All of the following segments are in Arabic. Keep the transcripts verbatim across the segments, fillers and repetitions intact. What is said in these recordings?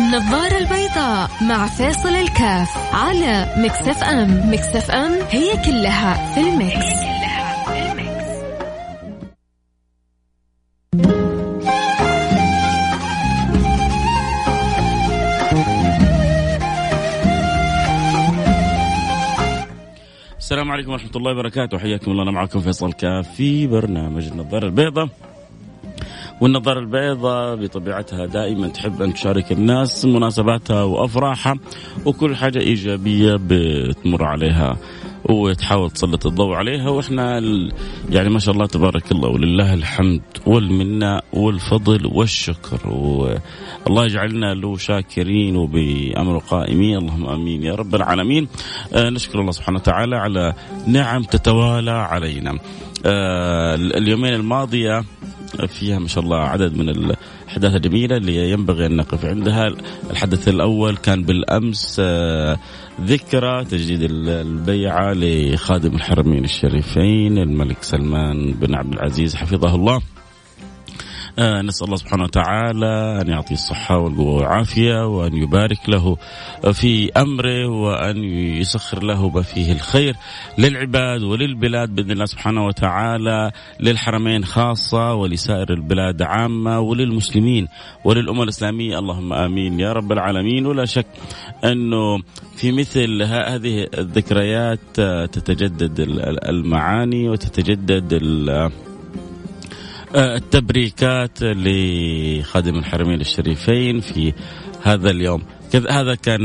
النظارة البيضاء مع فاصل الكاف على ميكس اف ام. ميكس اف ام هي كلها في الميكس. السلام عليكم ورحمة الله وبركاته، حياكم الله. أنا معكم فيصل كاف في برنامج النظارة البيضاء. والنظارة البيضاء بطبيعتها دائما تحب أن تشارك الناس مناسباتها وأفراحها وكل حاجة إيجابية بتمر عليها وتحاول تسلط الضوء عليها. وإحنا يعني ما شاء الله تبارك الله ولله الحمد والمنة والفضل والشكر، والله يجعلنا له شاكرين وبأمر قائمين، اللهم آمين يا رب العالمين. آه نشكر الله سبحانه وتعالى على نعم تتوالى علينا. آه اليومين الماضية فيها ما شاء الله عدد من الأحداث الجميلة اللي ينبغي أن نقف عندها. الحدث الأول كان بالأمس ذكرى تجديد البيعة لخادم الحرمين الشريفين الملك سلمان بن عبد العزيز حفظه الله. آه نسأل الله سبحانه وتعالى أن يعطيه الصحة والقوة والعافية، وأن يبارك له في أمره، وأن يسخر له ما فيه الخير للعباد وللبلاد بإذن الله سبحانه وتعالى، للحرمين خاصة ولسائر البلاد عامة وللمسلمين وللأمة الإسلامية، اللهم آمين يا رب العالمين. ولا شك أنه في مثل هذه الذكريات تتجدد المعاني وتتجدد التبريكات لخادم الحرمين الشريفين في هذا اليوم. هذا كان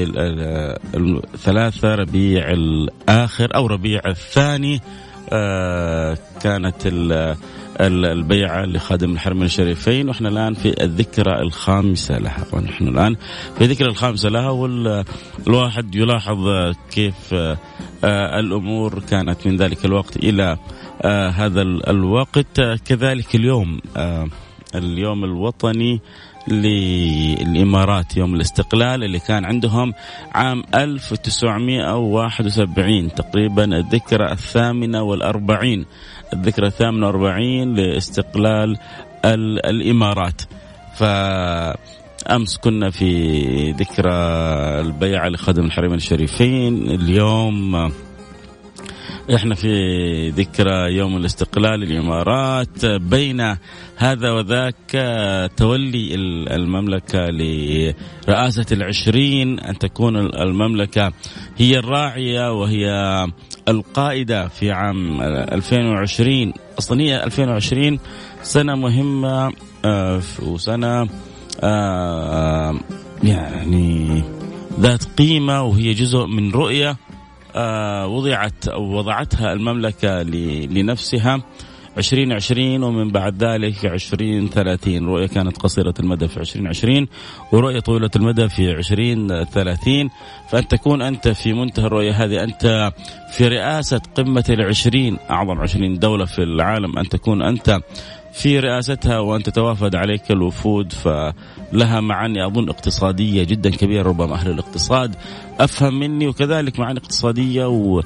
الثلاثة ربيع الآخر أو ربيع الثاني، كانت البيعة لخادم الحرمين الشريفين، ونحن الآن في الذكرى الخامسة لها ونحن الآن في الذكرى الخامسة لها والواحد يلاحظ كيف الأمور كانت من ذلك الوقت إلى آه هذا الوقت. كذلك اليوم آه اليوم الوطني للإمارات، يوم الاستقلال اللي كان عندهم عام ألف وتسعمائة وواحد وسبعين، تقريبا الذكرى الثامنة والأربعين الذكرى الثامنة والأربعين لاستقلال الإمارات. فأمس كنا في ذكرى البيعة لخادم الحرمين الشريفين، اليوم احنا في ذكرى يوم الاستقلال الإمارات. بين هذا وذاك تولي المملكة لرئاسة العشرين، أن تكون المملكة هي الراعية وهي القائدة في عام ألفين وعشرين. أصلا هي ألفين وعشرين سنة مهمة وسنة يعني ذات قيمة، وهي جزء من رؤية وضعت أو وضعتها المملكة لنفسها عشرين عشرين، ومن بعد ذلك عشرين ثلاثين. رؤية كانت قصيرة المدى في عشرين عشرين، ورؤية طويلة المدى في عشرين ثلاثين. فأن تكون أنت في منتهى الرؤية هذه، أنت في رئاسة قمة العشرين، أعظم عشرين دولة في العالم، أن تكون أنت في رئاستها وأن تتوافد عليك الوفود، فلها معاني أظن اقتصادية جدا كبيرة. ربما أهل الاقتصاد أفهم مني، وكذلك معاني اقتصادية و...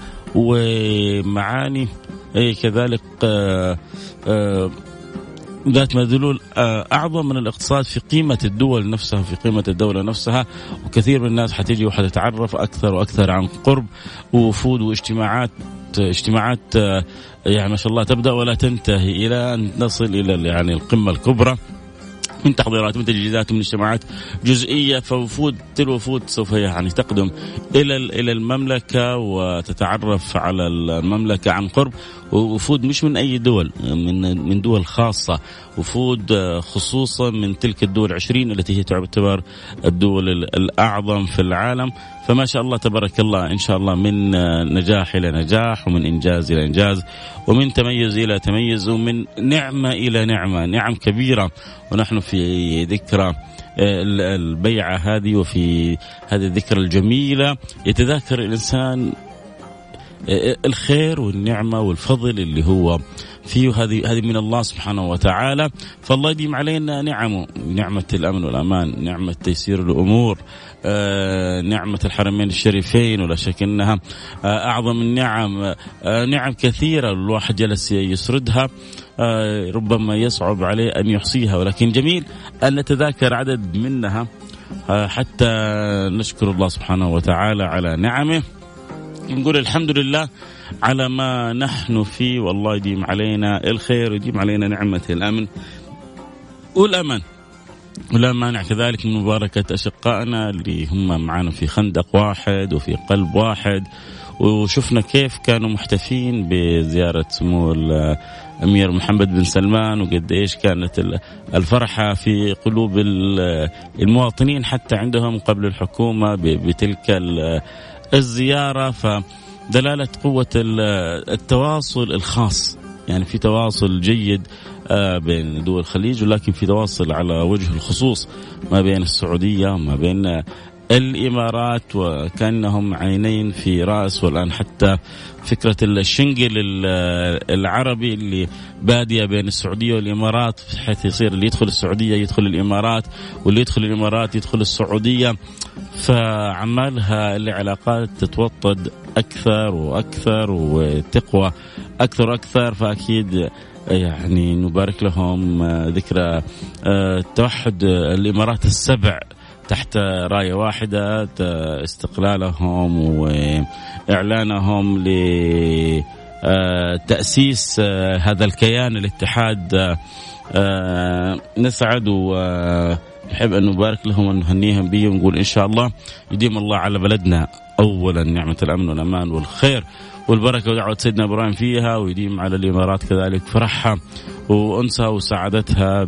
ومعاني أي كذلك آآ آآ ذات مدلول أعظم من الاقتصاد في قيمة الدول نفسها، في قيمة الدولة نفسها. وكثير من الناس حتيجي وحتتعرف أكثر وأكثر عن قرب، ووفود واجتماعات اجتماعات يعني ما شاء الله تبدأ ولا تنتهي إلى أن نصل إلى يعني القمة الكبرى من تحضيرات من تجهيزات من اجتماعات جزئية. فوفود تلو وفود سوف يعني تقدم إلى إلى المملكة وتتعرف على المملكة عن قرب، وفود مش من أي دول، من من دول خاصة، وفود خصوصا من تلك الدول العشرين التي هي تعتبر الدول الأعظم في العالم. فما شاء الله تبارك الله، إن شاء الله من نجاح إلى نجاح، ومن إنجاز إلى إنجاز، ومن تميز إلى تميز، ومن نعمة إلى نعمة، نعم كبيرة. ونحن في ذكرى البيعة هذه وفي هذه الذكرى الجميلة يتذاكر الإنسان الخير والنعمة والفضل اللي هو فيه. هذه هذه من الله سبحانه وتعالى. فالله يديم علينا نعمه، نعمة الأمن والأمان، نعمة تيسير الأمور، آه نعمة الحرمين الشريفين، ولا شك أنها آه أعظم النعم. آه نعم كثيرة الواحد جلس يسردها، آه ربما يصعب عليه أن يحصيها، ولكن جميل أن نتذاكر عدد منها حتى نشكر الله سبحانه وتعالى على نعمه، نقول الحمد لله على ما نحن فيه، والله يديم علينا الخير ويديم علينا نعمة الأمن والأمان. ولا مانع كذلك من مباركة أشقائنا اللي هم معنا في خندق واحد وفي قلب واحد، وشفنا كيف كانوا محتفين بزيارة سمو الأمير محمد بن سلمان، وقد إيش كانت الفرحة في قلوب المواطنين حتى عندهم قبل الحكومة بتلك الزيارة. فدلالة قوة التواصل الخاص، يعني في تواصل جيد بين دول الخليج، ولكن في تواصل على وجه الخصوص ما بين السعودية وما بين الإمارات، وكأنهم عينين في رأس. والآن حتى فكرة الشنجل العربي اللي بادية بين السعودية والإمارات، بحيث يصير اللي يدخل السعودية يدخل الإمارات، واللي يدخل الإمارات يدخل السعودية، فعمالها العلاقات تتوطد أكثر وأكثر وتقوى أكثر وأكثر. فأكيد يعني نبارك لهم ذكرى توحد الإمارات السبع تحت راية واحدة، استقلالهم وإعلانهم لتأسيس هذا الكيان الاتحاد. نسعد ونحب أن نبارك لهم ونهنيهم به، ونقول إن شاء الله يديم الله على بلدنا أولا نعمة الأمن والأمان والخير والبركة ودعوة سيدنا إبراهيم فيها، ويديم على الإمارات كذلك فرحها وأنسها وسعادتها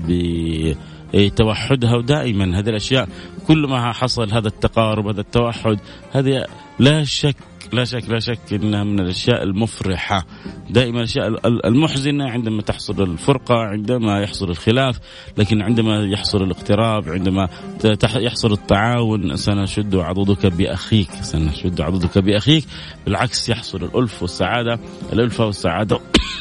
بتوحدها. ودائما هذه الأشياء كل ما حصل هذا التقارب هذا التوحد، هذه لا شك لا شك لا شك إنها من الأشياء المفرحة. دائما الأشياء المحزنة عندما تحصل الفرقة، عندما يحصل الخلاف، لكن عندما يحصل الاقتراب، عندما يحصل التعاون، سنشد عضدك بأخيك سنشد عضدك بأخيك بالعكس يحصل الألف والسعادة الألفة والسعادة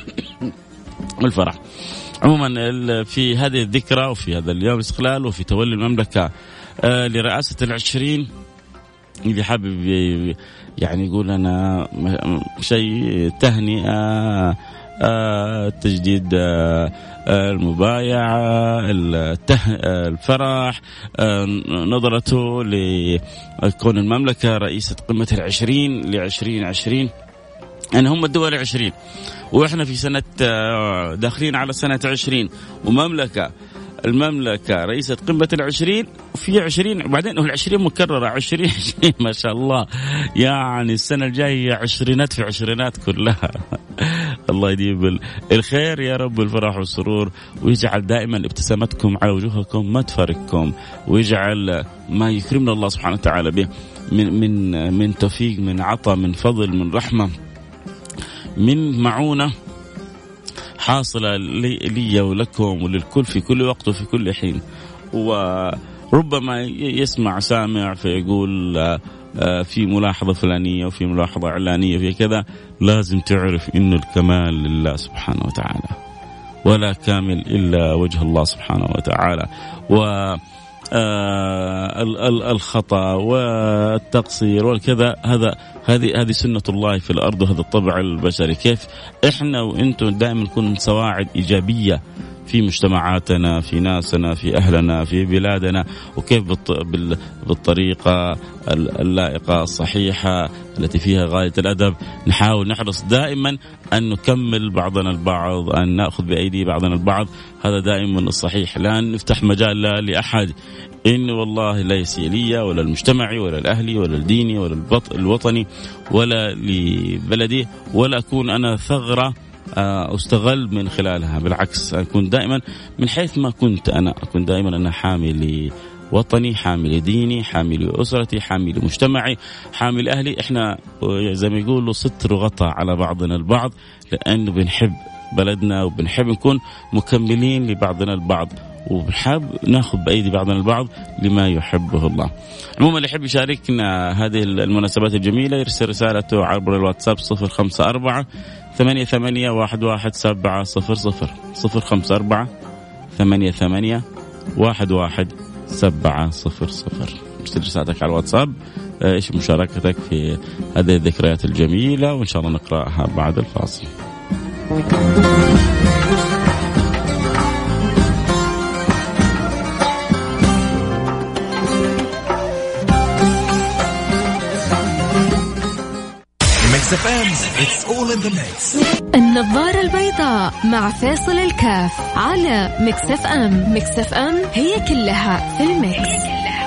والفرح. عموما في هذه الذكرى وفي هذا اليوم استقلال وفي تولي المملكة لرئاسة العشرين، اللي حابب يعني يقول أنا شيء تهنئة، تجديد المبايعة، الفرح، نظرته لكون المملكة رئيسة قمة العشرين لعشرين عشرين، يعني هم الدول العشرين وإحنا في سنة داخلين على سنة عشرين، ومملكة المملكة رئيسة قمة العشرين في عشرين، وبعدين هو العشرين مكررة عشرين عشرين ما شاء الله، يعني السنة الجاية عشرينات في عشرينات كلها. الله يديم الخير يا رب، الفرح والسرور، ويجعل دائما ابتسامتكم على وجوهكم ما تفارقكم، ويجعل ما يكرمنا الله سبحانه وتعالى به من من من توفيق، من عطاء، من فضل، من رحمة، من معونة حاصلة لي, لي ولكم وللكل في كل وقت وفي كل حين. وربما يسمع سامع فيقول في ملاحظة فلانية وفي ملاحظة علانية في كذا، لازم تعرف إنه الكمال لله سبحانه وتعالى، ولا كامل إلا وجه الله سبحانه وتعالى. و الخطأ والتقصير والكذا هذا هذه هذه سنة الله في الأرض، وهذا الطبع البشري. كيف إحنا وإنتم دائما نكون سواعد إيجابية في مجتمعاتنا، في ناسنا، في أهلنا، في بلادنا، وكيف بالطريقة اللائقة الصحيحة التي فيها غاية الأدب نحاول نحرص دائما أن نكمل بعضنا البعض، أن نأخذ بأيدي بعضنا البعض. هذا دائما الصحيح، لا نفتح مجال لا لأحد إن والله لا يسيء لي ولا المجتمعي ولا الأهلي ولا الديني ولا الوطني ولا لبلدي، ولا أكون أنا ثغرة أستغل من خلالها. بالعكس أكون دائما من حيث ما كنت أنا، أكون دائما أنا حامل وطني، حامل ديني، حامل أسرتي، حامل مجتمعي، حامل أهلي. إحنا زي ما يقولوا ستر وغطاء على بعضنا البعض، لأنه بنحب بلدنا وبنحب نكون مكملين لبعضنا البعض، وبنحب ناخذ بأيدي بعضنا البعض لما يحبه الله. عموما اللي يحب يشاركنا هذه المناسبات الجميلة يرسل رسالته عبر الواتساب صفر خمسة أربعة ثمانية ثمانية واحد واحد سبعة صفر صفر صفر خمسة أربعة ثمانية ثمانية واحد واحد سبعة صفر صفر. ارسل رسالتك على الواتساب، ايش مشاركتك في هذه الذكريات الجميلة، وإن شاء الله نقرأها بعد الفاصل. ميكس اف ام it's all in the mix. النظارة البيضاء مع فيصل الكاف على ميكس اف ام. ميكس اف ام هي كلها في الميكس.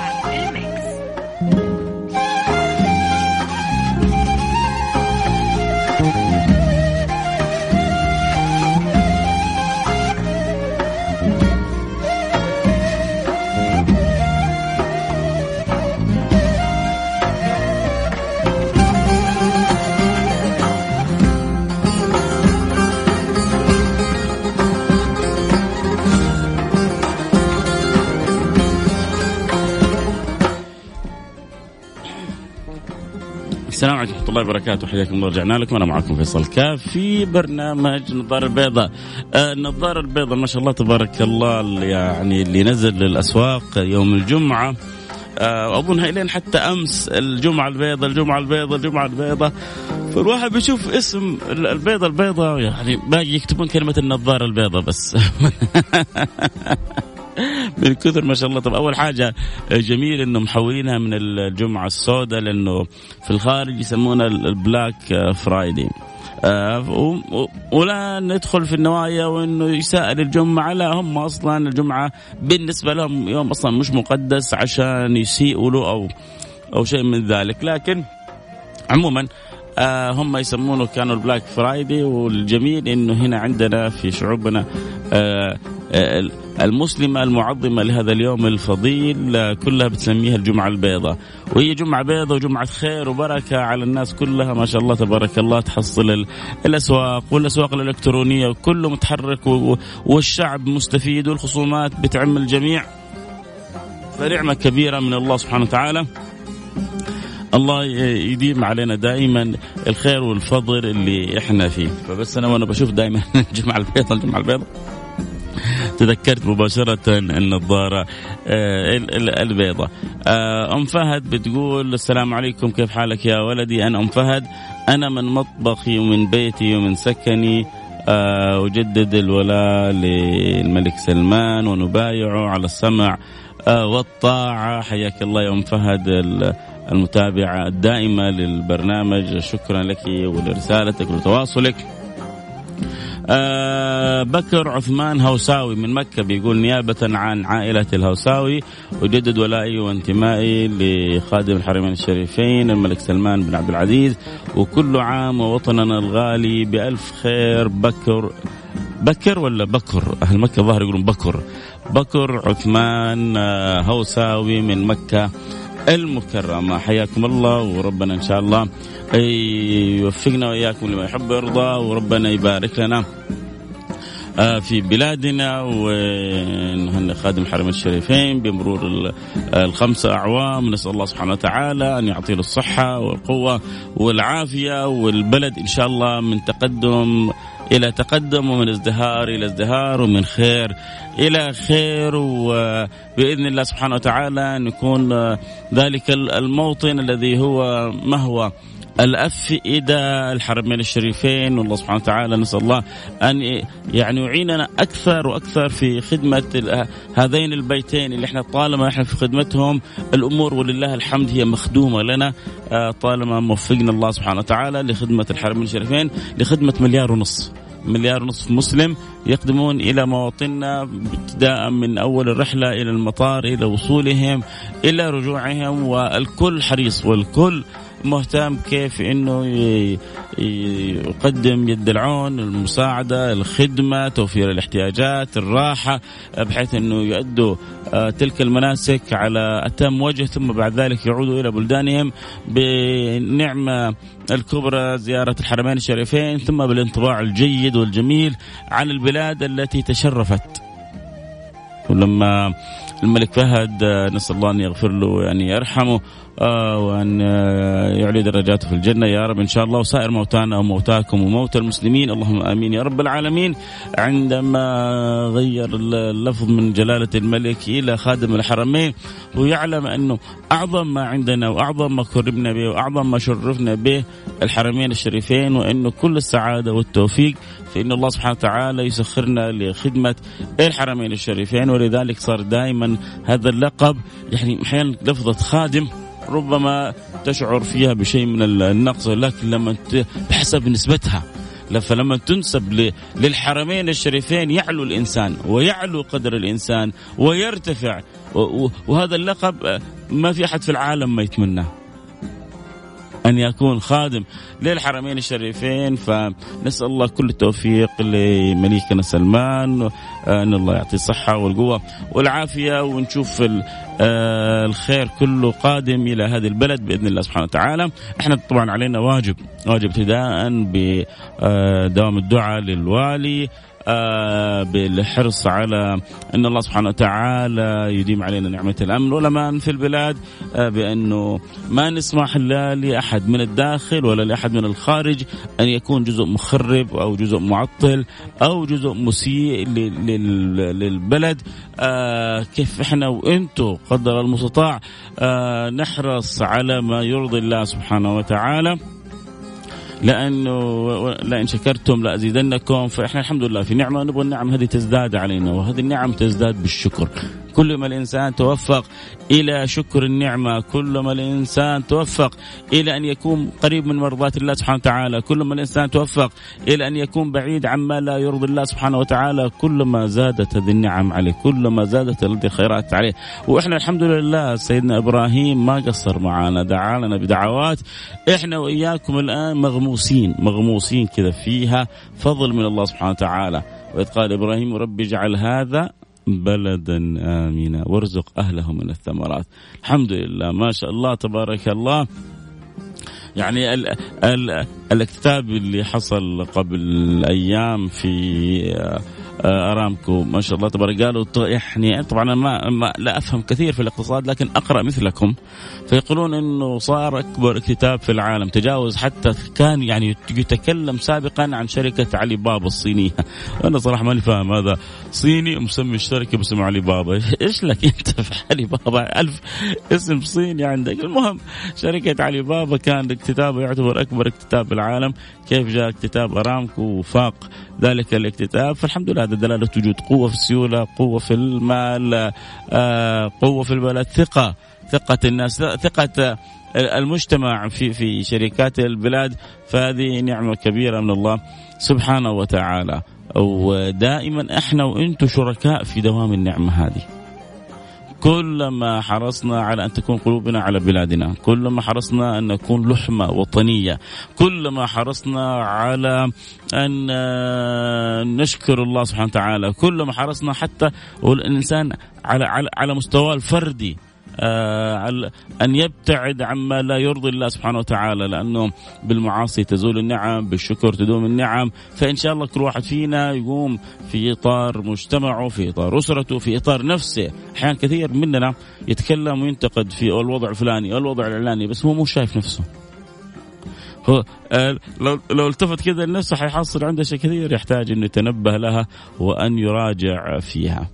السلام عليكم ورحمة الله وبركاته. حياكم الله. رجعنا لكم وأنا معكم فيصل كاف في برنامج نظارة البيضاء. آه النظارة البيضاء ما شاء الله تبارك الله اللي يعني اللي نزل للأسواق يوم الجمعة. آه أظنها إلين حتى أمس الجمعة البيضاء الجمعة البيضاء الجمعة البيضاء. فالواحد بيشوف اسم البيضاء البيضاء يعني باقي يكتبون كلمة النظارة البيضاء بس. من كثر ما شاء الله. طب أول حاجة جميل إنه محولينها من الجمعة السوداء لأنه في الخارج يسمونها البلاك فرايدي. أه ولا ندخل في النوايا وإنه يسائل الجمعة، لا هم أصلا الجمعة بالنسبة لهم يوم أصلا مش مقدس عشان يسيئوا له أو أو شيء من ذلك. لكن عموما آه هم يسمونه كانوا البلاك فرايدي. والجميل إنه هنا عندنا في شعوبنا آه آه المسلمة المعظمة لهذا اليوم الفضيل كلها بتسميها الجمعة البيضاء. وهي جمعة بيضاء وجمعة خير وبركة على الناس كلها ما شاء الله تبارك الله. تحصل الأسواق والأسواق الإلكترونية وكله متحرك والشعب مستفيد والخصومات بتعم الجميع. فنعمة كبيرة من الله سبحانه وتعالى. الله يديم علينا دائما الخير والفضل اللي احنا فيه. فبس أنا وأنا بشوف دائما الجمعة البيضاء الجمعة البيضاء تذكرت مباشرة النظارة البيضاء. أم فهد بتقول السلام عليكم كيف حالك يا ولدي؟ أنا أم فهد، أنا من مطبخي ومن بيتي ومن سكني أجدد الولاء للملك سلمان ونبايعه على السمع والطاعة. حياك الله يا أم فهد المتابعة الدائمة للبرنامج. شكرا لك ولرسالتك ولتواصلك. آه بكر عثمان هوساوي من مكة بيقول نيابة عن عائلة الهوساوي أجدد ولائي وانتمائي لخادم الحرمين الشريفين الملك سلمان بن عبد العزيز، وكل عام ووطننا الغالي بألف خير. بكر بكر ولا بكر؟ أهل مكة ظاهر يقولون بكر. بكر عثمان هوساوي من مكة المكرمة. حياكم الله وربنا إن شاء الله يوفقنا وإياكم لما يحب ويرضى، وربنا يبارك لنا في بلادنا. ونهنئ خادم الحرمين الشريفين بمرور الخمسة أعوام. نسأل الله سبحانه وتعالى أن يعطيه الصحة والقوة والعافية، والبلد إن شاء الله من تقدم إلى تقدم ومن ازدهار إلى ازدهار ومن خير إلى خير. وبإذن الله سبحانه وتعالى نكون ذلك الموطن الذي هو مهوى الأفئدة الحرمين الشريفين. والله سبحانه وتعالى نسأل الله أن يعني يعيننا أكثر وأكثر في خدمة هذين البيتين اللي احنا طالما احنا في خدمتهم الأمور ولله الحمد هي مخدومة لنا، طالما موفقنا الله سبحانه وتعالى لخدمة الحرمين الشريفين، لخدمة مليار ونص مليار ونصف مسلم يقدمون إلى مواطننا ابتداء من أول الرحلة إلى المطار إلى وصولهم إلى رجوعهم. والكل حريص والكل مهتم كيف إنه يقدم يد العون، المساعدة، الخدمة، توفير الاحتياجات، الراحة، بحيث إنه يؤدوا تلك المناسك على أتم وجه، ثم بعد ذلك يعودوا إلى بلدانهم بنعمة الكبرى زيارة الحرمين الشريفين، ثم بالانطباع الجيد والجميل عن البلاد التي تشرفت. ولما الملك فهد نسأل الله أن يغفر له يعني يرحمه آه وأن يعلي درجاته في الجنة يا رب إن شاء الله، وسائر موتانا وموتاكم وموتى المسلمين اللهم آمين يا رب العالمين. عندما غير اللفظ من جلالة الملك إلى خادم الحرمين، ويعلم أنه أعظم ما عندنا وأعظم ما كرمنا به وأعظم ما شرفنا به الحرمين الشريفين، وأنه كل السعادة والتوفيق فإن الله سبحانه وتعالى يسخرنا لخدمة الحرمين الشريفين. ولذلك صار دائما هذا اللقب يعني أحيانا لفظة خادم ربما تشعر فيها بشيء من النقص، لكن لما بحسب نسبتها، فلما تنسب للحرمين الشريفين يعلو الإنسان ويعلو قدر الإنسان ويرتفع، وهذا اللقب ما في أحد في العالم ما يتمناه، أن يكون خادم للحرمين الشريفين. فنسأل الله كل التوفيق لمليكنا سلمان، أن الله يعطي الصحة والقوة والعافية، ونشوف الخير كله قادم إلى هذه البلد بإذن الله سبحانه وتعالى. احنا طبعا علينا واجب واجب ابتداء بدوام الدعاء للوالي، آه بالحرص على أن الله سبحانه وتعالى يديم علينا نعمة الأمن والأمان في البلاد، آه بأنه ما نسمح لا لأحد من الداخل ولا لأحد من الخارج أن يكون جزء مخرب أو جزء معطل أو جزء مسيء للبلد. آه كيف إحنا وإنتو قدر المستطاع آه نحرص على ما يرضي الله سبحانه وتعالى، لأنه لئن شكرتم لأزيدنكم. فإحنا الحمد لله في نعمة، نبغى النعم هذه تزداد علينا، وهذه النعم تزداد بالشكر. كل ما الإنسان توفق إلى شكر النعمة، كل ما الإنسان توفق إلى أن يكون قريب من مرضات الله سبحانه وتعالى، كل ما الإنسان توفق إلى أن يكون بعيد عما لا يرضي الله سبحانه وتعالى، كل ما زادت هذه النعم عليه، كل ما زادت هذه الخيرات عليه. وإحنا الحمد لله سيدنا إبراهيم ما قصر معنا، دعا لنا بدعوات إحنا وإياكم الآن مغموسين مغموسين كذا فيها فضل من الله سبحانه وتعالى. وإذ قال إبراهيم رب اجعل هذا بلدا آمنا وارزق أهله من الثمرات. الحمد لله ما شاء الله تبارك الله. يعني ال ال الاكتتاب اللي حصل قبل أيام في أرامكو ما شاء الله تبارك، قالوا يعني طبعا أنا ما, ما لا أفهم كثير في الاقتصاد، لكن أقرأ مثلكم، فيقولون إنه صار أكبر اكتتاب في العالم، تجاوز حتى كان يعني يتكلم سابقا عن شركة علي بابا الصينية. أنا صراحة ماني فاهم، هذا صيني مسمي الشركة باسم علي بابا، إيش لك أنت في علي بابا؟ ألف اسم صيني عندك. المهم شركة علي بابا كان اكتتابه يعتبر أكبر اكتتاب بالعالم، كيف جاء اكتتاب أرامكو وفاق ذلك الاكتتاب؟ فالحمد لله هذا دلالة وجود قوة في السيولة، قوة في المال، آه قوة في البلد، ثقة ثقة الناس، ثقة المجتمع في في شركات البلاد. فهذه نعمة كبيرة من الله سبحانه وتعالى، ودائما احنا وانتم شركاء في دوام النعمة هذه. كلما حرصنا على أن تكون قلوبنا على بلادنا، كلما حرصنا أن نكون لحمة وطنية، كلما حرصنا على أن نشكر الله سبحانه وتعالى، كلما حرصنا حتى والإنسان على على على مستوى الفردي آه أن يبتعد عما لا يرضي الله سبحانه وتعالى، لأنه بالمعاصي تزول النعم، بالشكر تدوم النعم. فإن شاء الله كل واحد فينا يقوم في إطار مجتمعه، في إطار أسرته، في إطار نفسه. أحيانا كثير مننا يتكلم وينتقد في الوضع الفلاني أو الوضع الإعلاني، بس هو مو شايف نفسه. هو آه لو, لو التفت كذا لنفسه حيحصل عنده شيء كثير يحتاج أن يتنبه لها وأن يراجع فيها.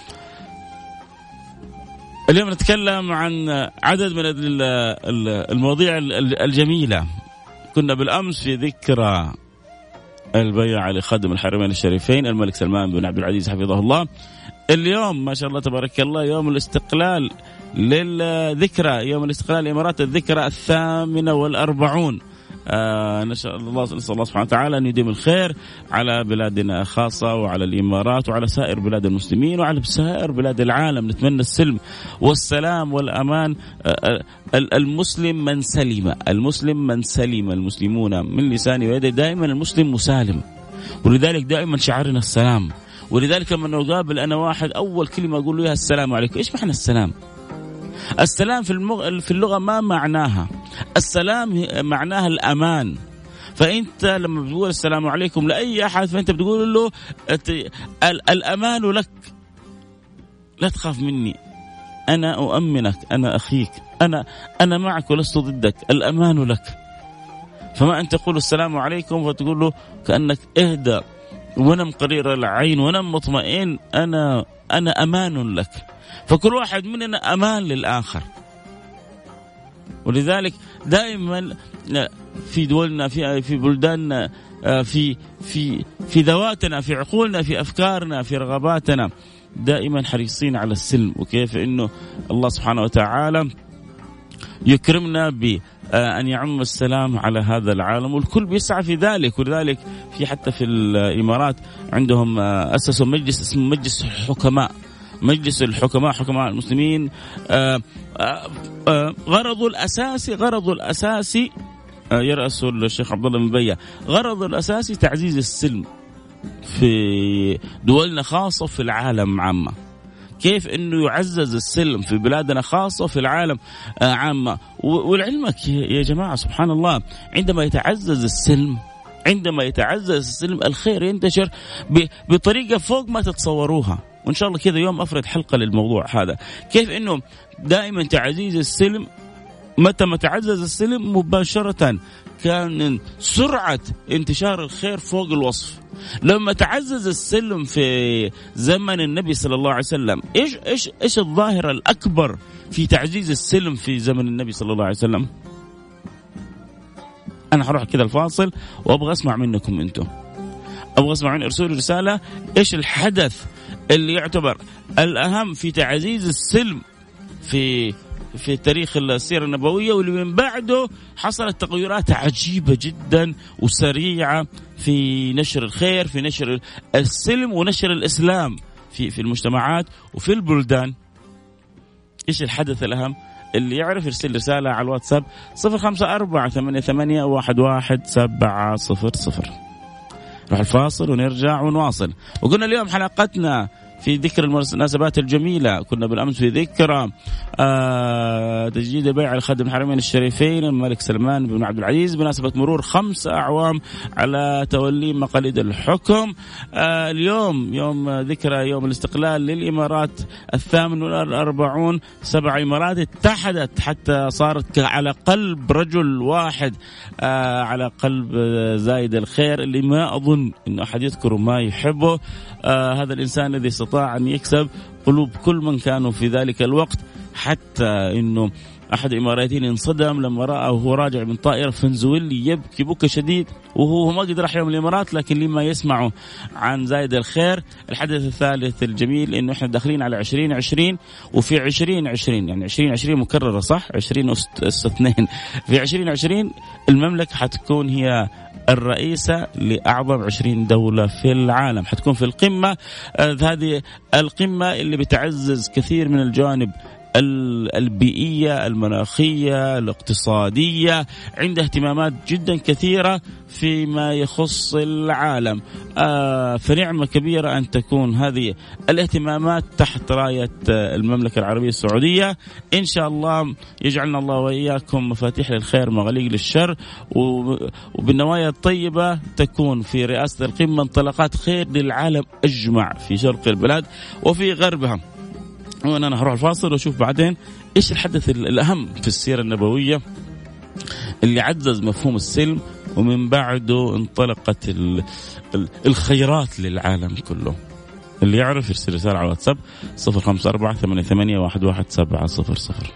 اليوم نتكلم عن عدد من المواضيع الجميلة. كنا بالأمس في ذكرى البيعة لخادم الحرمين الشريفين الملك سلمان بن عبد العزيز حفظه الله. اليوم ما شاء الله تبارك الله يوم الاستقلال للذكرى، يوم الاستقلال الإمارات، الذكرى الثامنة والأربعون. آه نسأل الله نسأل الله سبحانه وتعالى أن يديم الخير على بلادنا خاصة وعلى الإمارات وعلى سائر بلاد المسلمين وعلى سائر بلاد العالم. نتمنى السلم والسلام والأمان. آه المسلم من سلم، المسلم من سلم المسلمون من لسانه ويده. دائما المسلم مسالم، ولذلك دائما شعارنا السلام. ولذلك لما نقابل أنا واحد أول كلمة أقول له السلام عليكم. إيش معنى السلام؟ السلام في المغ... في اللغة ما معناها. السلام معناها الأمان. فأنت لما بتقول السلام عليكم لأي أحد فأنت بتقول له ال... الأمان لك، لا تخاف مني، أنا أؤمنك، أنا أخيك، أنا أنا معك ولست ضدك، الأمان لك. فما أنت تقول السلام عليكم فتقول له كأنك اهدى ونم قرير العين ونم مطمئن، أنا أنا أمان لك. فكل واحد مننا أمان للآخر. ولذلك دائما في دولنا، في في بلداننا، في في في ذواتنا، في عقولنا، في أفكارنا، في رغباتنا، دائما حريصين على السلم. وكيف إنه الله سبحانه وتعالى يكرمنا بأن يعم السلام على هذا العالم، والكل بيسعى في ذلك. ولذلك في حتى في الإمارات عندهم أسسوا مجلس اسمه مجلس الحكماء، مجلس الحكماء، حكماء المسلمين. غرضه الأساسي غرضه الأساسي يرأسه الشيخ عبد الله بن بية، غرضه الأساسي تعزيز السلم في دولنا خاصة في العالم عامة. كيف انه يعزز السلم في بلادنا خاصة في العالم عامة. ولعلمك يا جماعة سبحان الله، عندما يتعزز السلم عندما يتعزز السلم الخير ينتشر بطريقة فوق ما تتصوروها. وإن شاء الله كذا يوم أفرد حلقة للموضوع هذا، كيف إنه دائما تعزيز السلم، متى ما تعزز السلم مباشرة كان سرعة انتشار الخير فوق الوصف. لما تعزز السلم في زمن النبي صلى الله عليه وسلم، إيش إيش إيش الظاهرة الأكبر في تعزيز السلم في زمن النبي صلى الله عليه وسلم؟ أنا هروح كذا الفاصل وأبغى أسمع منكم أنتم، أبغى أسمع من ارسلوا رسالة إيش الحدث اللي يعتبر الأهم في تعزيز السلم في في تاريخ السيرة النبوية، واللي من بعده حصلت تغيرات عجيبة جدا وسريعة في نشر الخير، في نشر السلم ونشر الإسلام في في المجتمعات وفي البلدان. إيش الحدث الأهم؟ اللي يعرف يرسل رسالة على الواتساب صفر خمسة أربعة ثمانية ثمانية واحد واحد سبعة صفر صفر. نروح الفاصل ونرجع ونواصل. وقلنا اليوم حلقتنا في ذكر المناسبات الجميلة. كنا بالأمس في ذكرى آه تجديد بيع الخادم الحرمين الشريفين الملك سلمان بن عبد العزيز بمناسبة مرور خمس أعوام على تولي مقاليد الحكم. آه اليوم يوم ذكرى يوم الاستقلال للإمارات الثامن والأربعون. سبع إمارات اتحدت حتى صارت على قلب رجل واحد، آه على قلب زايد الخير اللي ما أظن إنه أحد يذكره ما يحبه. آه هذا الإنسان الذي استطاع أن يكسب قلوب كل من كانوا في ذلك الوقت، حتى إنه أحد الإماراتيين انصدم لما رأى وهو راجع من طائرة فنزويلي يبكي بكى شديد، وهو ما قدر يحيى من الإمارات، لكن لما يسمعوا عن زايد الخير. الحدث الثالث الجميل إنه إحنا داخلين على عشرين عشرين، وفي عشرين عشرين يعني عشرين عشرين مكررة صح، عشرين أس اثنين في عشرين عشرين المملكة حتكون هي الرئيسة لأعظم عشرين دولة في العالم، حتكون في القمة. آه هذه القمة اللي بتعزز كثير من الجوانب البيئية، المناخية، الاقتصادية، عندها اهتمامات جدا كثيرة فيما يخص العالم. آه فنعمة كبيرة أن تكون هذه الاهتمامات تحت راية المملكة العربية السعودية. إن شاء الله يجعلنا الله وإياكم مفاتيح للخير مغاليق للشر، وبالنوايا الطيبة تكون في رئاسة القمة انطلاقات خير للعالم أجمع في شرق البلاد وفي غربها. وأنا أنا هروح الفاصل وأشوف بعدين إيش الحدث الأهم في السيرة النبوية اللي عزز مفهوم السلم، ومن بعده انطلقت الخيرات للعالم كله. اللي يعرف يرسل رسالة على واتساب صفر خمسة أربعة ثمانية ثمانية واحد واحد سبعة صفر صفر.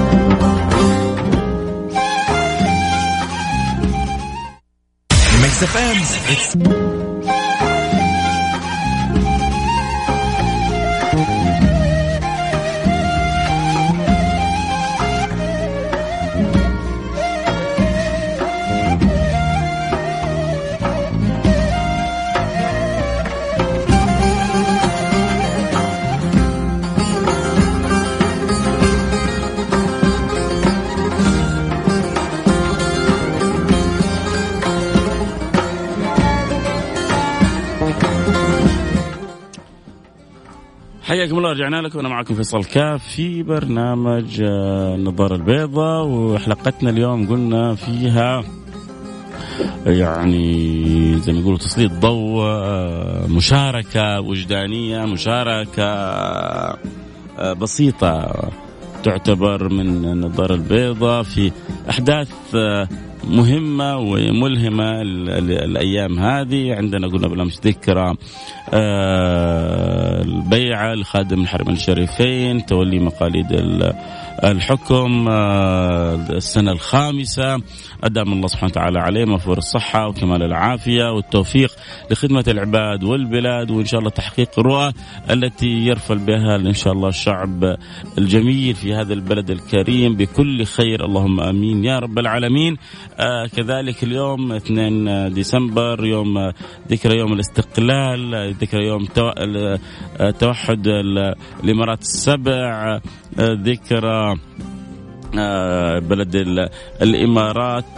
حياكم الله، رجعنا لكم. أنا معكم فيصل كاف في برنامج النظارة البيضاء، وحلقتنا اليوم قلنا فيها يعني زي ما يقولوا تسليط ضوء، مشاركة وجدانية، مشاركة بسيطة تعتبر من النظارة البيضاء في أحداث مهمة وملهمة الأيام هذه. عندنا قلنا بالأمس ذكرى البيعة لخادم الحرمين الشريفين، تولي مقاليد الحكم السنة الخامسة. أدام الله سبحانه وتعالى عليه موفور الصحة وكمال العافية والتوفيق لخدمة العباد والبلاد، وإن شاء الله تحقيق الرؤى التي يرفل بها إن شاء الله الشعب الجميل في هذا البلد الكريم بكل خير، اللهم آمين يا رب العالمين. آه كذلك اليوم اثنين ديسمبر يوم ذكرى يوم الاستقلال، ذكرى يوم توحد الإمارات السبع، ذكرى بلد الإمارات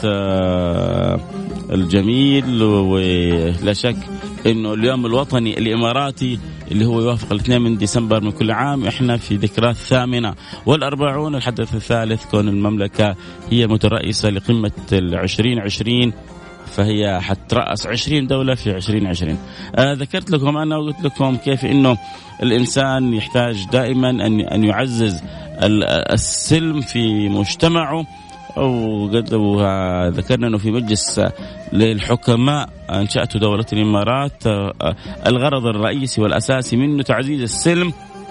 الجميل. ولا شك إنه اليوم الوطني الإماراتي اللي هو يوافق الاثنين من ديسمبر من كل عام، إحنا في ذكرى الثامنة والأربعون الحدث الثالث كون المملكة هي مترئيسة لقمة العشرين عشرين، فهي حترأس عشرين دولة في عشرين عشرين. آه ذكرت لكم أنا وقلت لكم كيف إنه الإنسان يحتاج دائما أن أن يعزز السلم في مجتمعه. وذكرنا أنه في مجلس للحكماء أنشأته دولة الإمارات الغرض الرئيسي والأساسي منه تعزيز السلم.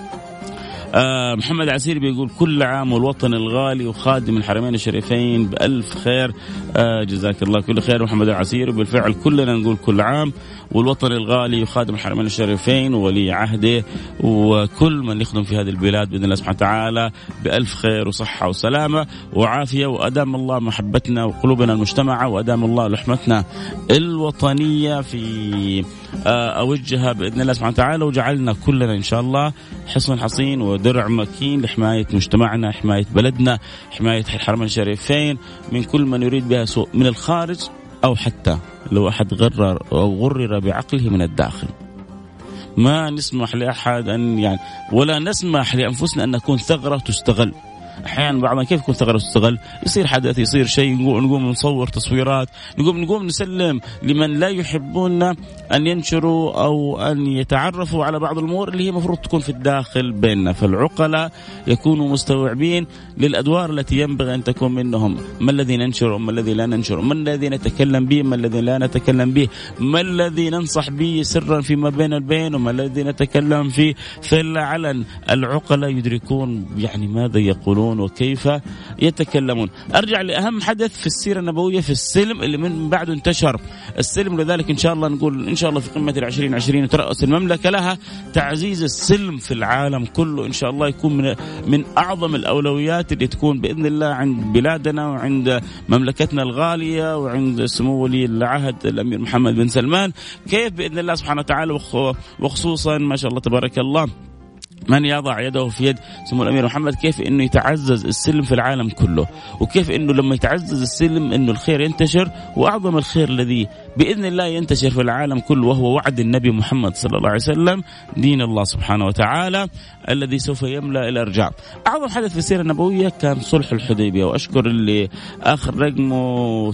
آه محمد عسير بيقول كل عام والوطن الغالي وخادم الحرمين الشريفين بألف خير. آه جزاك الله كل خير محمد عسير. وبالفعل كلنا نقول كل عام والوطن الغالي وخادم الحرمين الشريفين وولي عهده وكل من يخدم في هذه البلاد بإذن الله سبحانه وتعالى بألف خير وصحة وسلامة وعافية، وأدام الله محبتنا وقلوبنا المجتمعة، وأدام الله لحمتنا الوطنية في أوجها بإذن الله سبحانه وتعالى، وجعلنا كلنا إن شاء الله حصن حصين ودرع مكين لحماية مجتمعنا، حماية بلدنا، حماية الحرمين الشريفين من كل من يريد بها سوء من الخارج، أو حتى لو أحد غرر أو غرر بعقله من الداخل. ما نسمح لأحد أن يعني ولا نسمح لأنفسنا أن نكون ثغرة تستغل. أحيانا بعضنا كيف يكون ثغرة تستغل؟ يصير حدث، يصير شيء، نقوم نصور تصويرات، نقوم نقوم نسلم لمن لا يحبوننا أن ينشروا أو أن يتعرفوا على بعض الأمور اللي هي مفروض تكون في الداخل بيننا. فالعقلاء يكونوا مستوعبين للأدوار التي ينبغي أن تكون منهم، ما الذي ننشر وما الذي لا ننشر، ما الذي نتكلم به ما الذي لا نتكلم به، ما الذي ننصح به سرا فيما بين البين وما الذي نتكلم فيه في العلن. العقلاء يدركون يعني ماذا يقولون وكيف يتكلمون. أرجع لأهم حدث في السيرة النبوية في السلم اللي من بعده انتشر السلم، لذلك إن شاء الله نقول إن شاء الله في قمة العشرين عشرين ترأس المملكة لها تعزيز السلم في العالم كله، إن شاء الله يكون من, من أعظم الأولويات اللي تكون بإذن الله عند بلادنا وعند مملكتنا الغالية وعند سمو ولي العهد الأمير محمد بن سلمان. كيف بإذن الله سبحانه وتعالى، وخصوصا ما شاء الله تبارك الله من يضع يده في يد سمو الأمير محمد، كيف إنه يتعزز السلم في العالم كله، وكيف إنه لما يتعزز السلم إنه الخير ينتشر، وأعظم الخير الذي بإذن الله ينتشر في العالم كله وهو وعد النبي محمد صلى الله عليه وسلم، دين الله سبحانه وتعالى الذي سوف يملأ الأرجاء. أعظم حدث في السيرة النبوية كان صلح الحديبية، وأشكر اللي آخر رقمه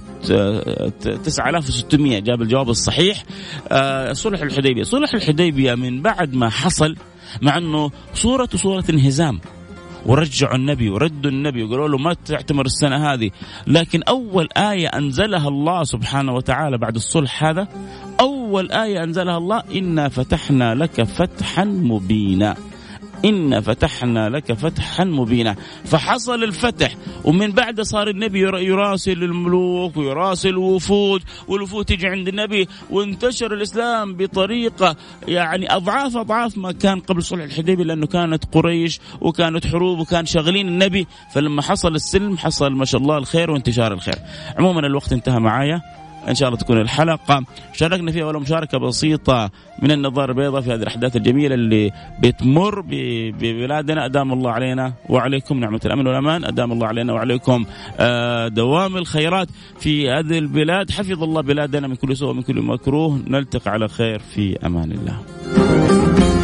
تسعة آلاف وستمائة جاب الجواب الصحيح. صلح الحديبية صلح الحديبية من بعد ما حصل، مع أنه صورة صورة انهزام، ورجعوا النبي وردوا النبي وقالوا له ما تعتمر السنة هذه، لكن أول آية أنزلها الله سبحانه وتعالى بعد الصلح هذا، أول آية أنزلها الله إنا فتحنا لك فتحا مبينا، إنا فتحنا لك فتحا مبينا. فحصل الفتح، ومن بعد صار النبي يراسل الملوك ويراسل الوفود، والوفود تيجي عند النبي، وانتشر الإسلام بطريقة يعني أضعاف أضعاف ما كان قبل صلح الحديبية، لأنه كانت قريش وكانت حروب وكان شغلين النبي. فلما حصل السلم حصل ما شاء الله الخير وانتشار الخير. عموما الوقت انتهى معايا، إن شاء الله تكون الحلقة شاركنا فيها ولو مشاركة بسيطة من النظارة البيضاء في هذه الأحداث الجميلة اللي بتمر ببلادنا. أدام الله علينا وعليكم نعمة الأمن والأمان، أدام الله علينا وعليكم دوام الخيرات في هذه البلاد. حفظ الله بلادنا من كل سوء ومن كل مكروه. نلتقي على خير في أمان الله.